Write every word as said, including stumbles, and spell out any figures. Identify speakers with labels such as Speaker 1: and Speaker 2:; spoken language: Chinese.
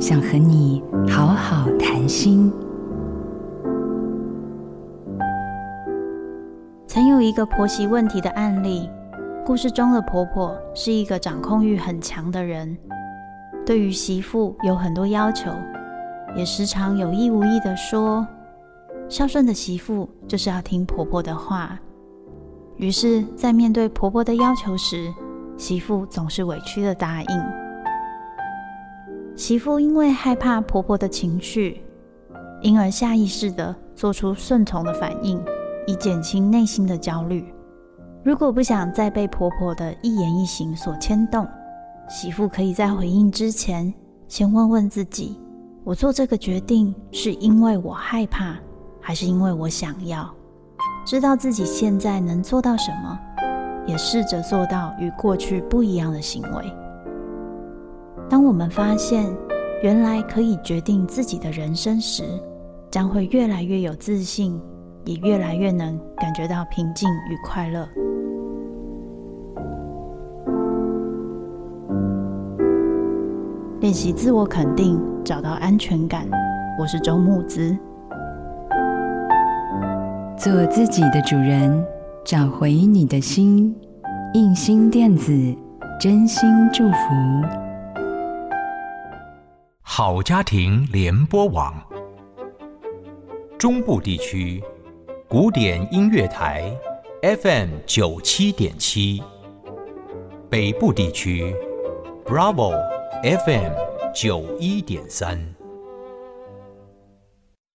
Speaker 1: 想和你好好谈心。
Speaker 2: 曾有一个婆媳问题的案例，故事中的婆婆是一个掌控欲很强的人，对于媳妇有很多要求，也时常有意无意地说，孝顺的媳妇就是要听婆婆的话。于是在面对婆婆的要求时，媳妇总是委屈地答应。媳妇因为害怕婆婆的情绪，因而下意识地做出顺从的反应，以减轻内心的焦虑。如果不想再被婆婆的一言一行所牵动，媳妇可以在回应之前，先问问自己，我做这个决定是因为我害怕，还是因为我想要？知道自己现在能做到什么，也试着做到与过去不一样的行为。当我们发现原来可以决定自己的人生时，将会越来越有自信，也越来越能感觉到平静与快乐。练习自我肯定，找到安全感。我是周慕姿。
Speaker 1: 做自己的主人，找回你的心。映心电子，真心祝福。
Speaker 3: 好家庭联播网，中部地区古典音乐台 F M 九七点七，北部地区 Bravo F M 九一点三。